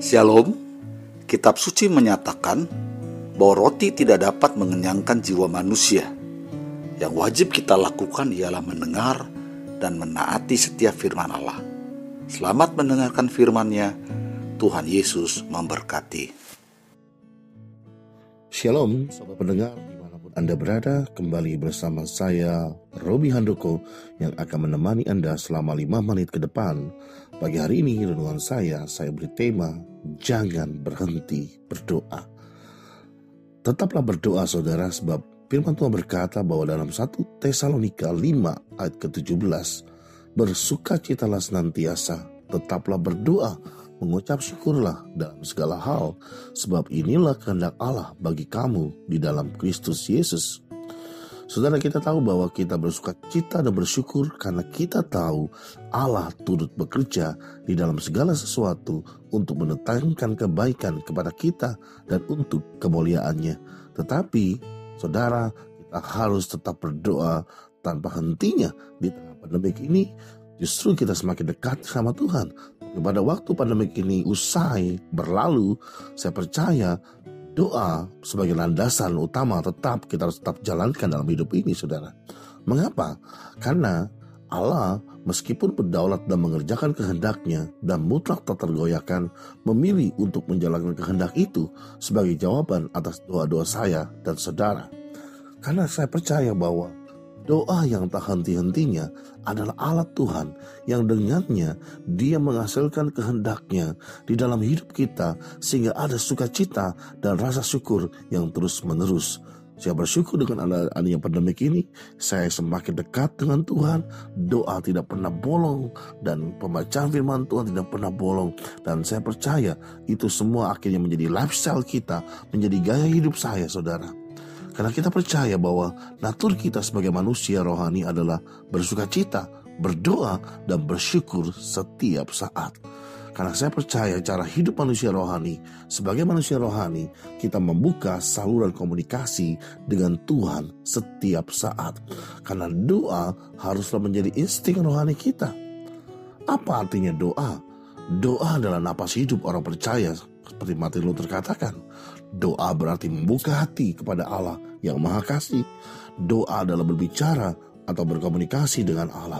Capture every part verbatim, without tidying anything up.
Shalom, kitab suci menyatakan bahwa roti tidak dapat mengenyangkan jiwa manusia. Yang wajib kita lakukan ialah mendengar dan menaati setiap firman Allah. Selamat mendengarkan firman-Nya. Tuhan Yesus memberkati. Shalom, sobat pendengar dimanapun Anda berada, kembali bersama saya Robi Handoko yang akan menemani Anda selama lima menit ke depan. Pagi hari ini renungan saya, saya beri tema jangan berhenti berdoa. Tetaplah berdoa saudara, sebab firman Tuhan berkata bahwa dalam satu Tesalonika lima ayat ke tujuh belas, bersukacitalah senantiasa, tetaplah berdoa, mengucap syukurlah dalam segala hal, sebab inilah kehendak Allah bagi kamu di dalam Kristus Yesus. Saudara, kita tahu bahwa kita bersukacita dan bersyukur karena kita tahu Allah turut bekerja di dalam segala sesuatu untuk mendatangkan kebaikan kepada kita dan untuk kemuliaannya. Tetapi, saudara, kita harus tetap berdoa tanpa hentinya di tengah pandemik ini. Justru kita semakin dekat sama Tuhan. Pada waktu pandemik ini usai berlalu, saya percaya doa sebagai landasan utama tetap kita harus tetap jalankan dalam hidup ini, saudara. Mengapa? Karena Allah meskipun berdaulat dan mengerjakan kehendaknya dan mutlak tak tergoyahkan, memilih untuk menjalankan kehendak itu sebagai jawaban atas doa-doa saya dan saudara. Karena saya percaya bahwa doa yang tak henti-hentinya adalah alat Tuhan yang dengannya Dia menghasilkan kehendaknya di dalam hidup kita sehingga ada sukacita dan rasa syukur yang terus-menerus. Saya bersyukur dengan adanya pandemik ini, saya semakin dekat dengan Tuhan, doa tidak pernah bolong dan pembacaan firman Tuhan tidak pernah bolong. Dan saya percaya itu semua akhirnya menjadi lifestyle kita, menjadi gaya hidup saya, saudara. Karena kita percaya bahwa natur kita sebagai manusia rohani adalah bersukacita, berdoa, dan bersyukur setiap saat. Karena saya percaya cara hidup manusia rohani, sebagai manusia rohani, kita membuka saluran komunikasi dengan Tuhan setiap saat. Karena doa haruslah menjadi insting rohani kita. Apa artinya doa? Doa adalah napas hidup orang percaya. Seperti Martin Luther katakan, doa berarti membuka hati kepada Allah yang Maha Kasih. Doa adalah berbicara atau berkomunikasi dengan Allah.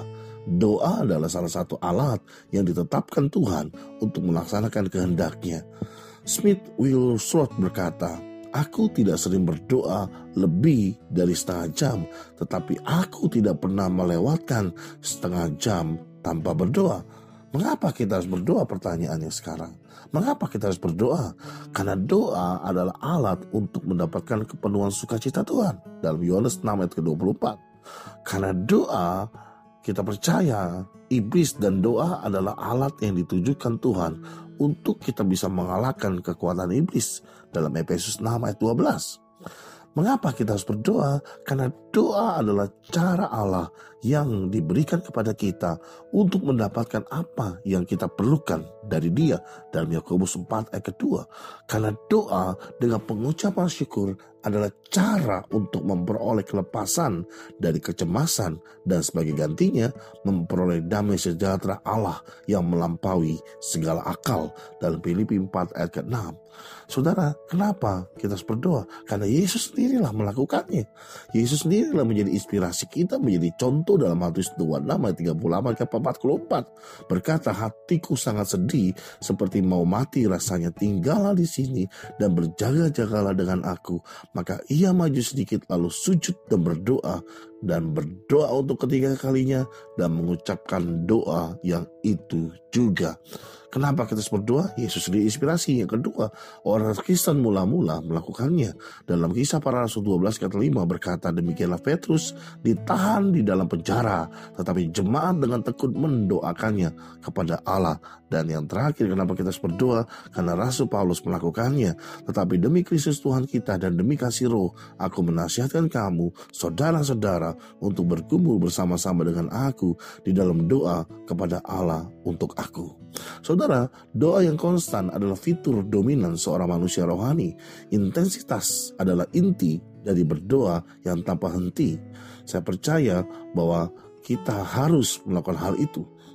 Doa adalah salah satu alat yang ditetapkan Tuhan untuk melaksanakan kehendaknya. Smith Wigglesworth berkata, aku tidak sering berdoa lebih dari setengah jam, tetapi aku tidak pernah melewatkan setengah jam tanpa berdoa. Mengapa kita harus berdoa? Pertanyaannya sekarang. Mengapa kita harus berdoa? Karena doa adalah alat untuk mendapatkan kepenuhan sukacita Tuhan. Dalam Yohanes enam ayat ke dua puluh empat. Karena doa, kita percaya iblis dan doa adalah alat yang ditujukan Tuhan untuk kita bisa mengalahkan kekuatan iblis. Dalam Efesus enam ayat dua belas. Mengapa kita harus berdoa? Karena doa adalah cara Allah yang diberikan kepada kita untuk mendapatkan apa yang kita perlukan dari Dia. Dalam Yakobus empat ayat kedua. Karena doa dengan pengucapan syukur adalah cara untuk memperoleh kelepasan dari kecemasan dan sebagai gantinya memperoleh damai sejahtera Allah yang melampaui segala akal. Dalam Filipi empat ayat ke enam. Saudara, kenapa kita harus berdoa? Karena Yesus sendirilah melakukannya. Yesus sendirilah menjadi inspirasi kita, menjadi contoh dalam Matius dua puluh enam ayat tiga puluh delapan ke empat puluh empat. Berkata, hatiku sangat sedih seperti mau mati rasanya, tinggallah di sini dan berjaga-jagalah dengan aku. Maka ia maju sedikit lalu sujud dan berdoa, dan berdoa untuk ketiga kalinya dan mengucapkan doa yang itu juga. Kenapa kita harus berdoa? Yesus sendiri inspirasi. Yang kedua, orang Kristen mula-mula melakukannya. Dalam Kisah Para Rasul dua belas ayat lima berkata, demikianlah Petrus ditahan di dalam penjara, tetapi jemaat dengan tekun mendoakannya kepada Allah. Dan yang terakhir, kenapa kita harus berdoa? Karena Rasul Paulus melakukannya. Tetapi demi Kristus Tuhan kita dan demi kasih Roh, aku menasihatkan kamu, saudara-saudara, untuk berkumpul bersama-sama dengan aku di dalam doa kepada Allah untuk aku. Saudara, doa yang konstan adalah fitur dominan seorang manusia rohani. Intensitas adalah inti dari berdoa yang tanpa henti. Saya percaya bahwa kita harus melakukan hal itu.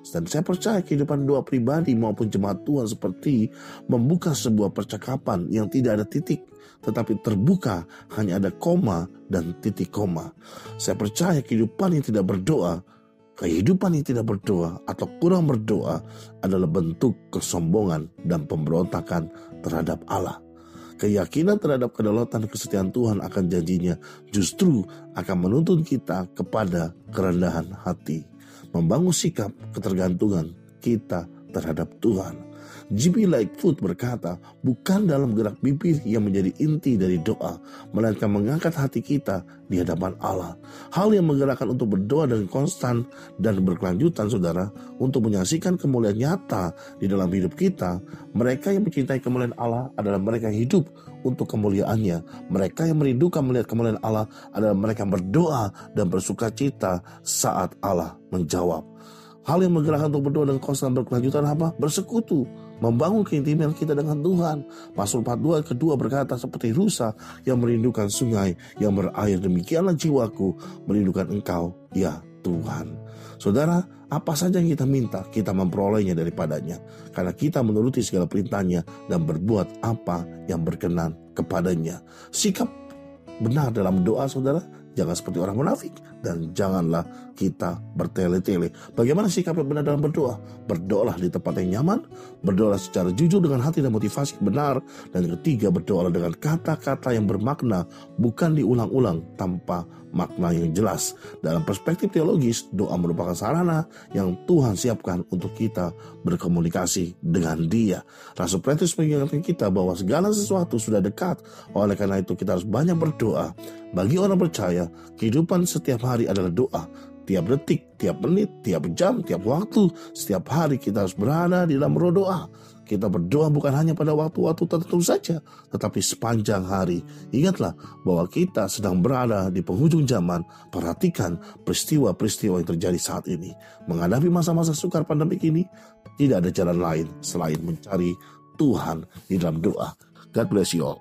Dan saya percaya kehidupan doa pribadi maupun jemaat Tuhan seperti membuka sebuah percakapan yang tidak ada titik, tetapi terbuka hanya ada koma dan titik koma. Saya percaya kehidupan yang tidak berdoa, kehidupan yang tidak berdoa atau kurang berdoa adalah bentuk kesombongan dan pemberontakan terhadap Allah. Keyakinan terhadap kedaulatan dan kesetiaan Tuhan akan janjinya justru akan menuntun kita kepada kerendahan hati, membangun sikap ketergantungan kita terhadap Tuhan. G B Lightfoot berkata, bukan dalam gerak bibir yang menjadi inti dari doa, melainkan mengangkat hati kita di hadapan Allah. Hal yang menggerakkan untuk berdoa dengan konstan dan berkelanjutan, saudara, untuk menyaksikan kemuliaan nyata di dalam hidup kita. Mereka yang mencintai kemuliaan Allah adalah mereka yang hidup untuk kemuliaannya. Mereka yang merindukan melihat kemuliaan Allah adalah mereka yang berdoa dan bersuka cita saat Allah menjawab. Hal yang menggerakkan untuk berdoa dengan konstan berkelanjutan apa? Bersekutu, membangun keintiman kita dengan Tuhan. Mazmur empat puluh dua kedua berkata, seperti rusa yang merindukan sungai yang berair, demikianlah jiwaku merindukan Engkau, ya Tuhan. Saudara, apa saja yang kita minta, kita memperolehnya daripadanya, karena kita menuruti segala perintahnya dan berbuat apa yang berkenan kepadanya. Sikap benar dalam doa, saudara, jangan seperti orang munafik, dan janganlah kita bertele-tele. Bagaimana sikap yang benar dalam berdoa? Berdoalah di tempat yang nyaman, berdoalah secara jujur dengan hati dan motivasi benar, dan yang ketiga, berdoalah dengan kata-kata yang bermakna, bukan diulang-ulang tanpa makna yang jelas. Dalam perspektif teologis, doa merupakan sarana yang Tuhan siapkan untuk kita berkomunikasi dengan Dia. Rasul Petrus mengingatkan kita bahwa segala sesuatu sudah dekat. Oleh karena itu kita harus banyak berdoa. Bagi orang percaya, kehidupan setiap hari adalah doa. Tiap detik, tiap menit, tiap jam, tiap waktu, setiap hari kita harus berada di dalam roh doa. Kita berdoa bukan hanya pada waktu-waktu tertentu saja, tetapi sepanjang hari. Ingatlah bahwa kita sedang berada di penghujung zaman. Perhatikan peristiwa-peristiwa yang terjadi saat ini. Menghadapi masa-masa sukar pandemik ini, tidak ada jalan lain selain mencari Tuhan di dalam doa. God bless you all.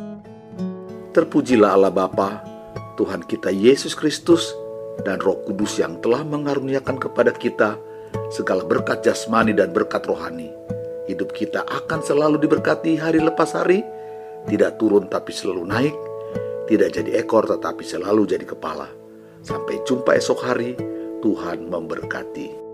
Terpujilah Allah Bapa, Tuhan kita Yesus Kristus, dan Roh Kudus yang telah mengaruniakan kepada kita segala berkat jasmani dan berkat rohani. Hidup kita akan selalu diberkati hari lepas hari, tidak turun tapi selalu naik, tidak jadi ekor tetapi selalu jadi kepala. Sampai jumpa esok hari, Tuhan memberkati.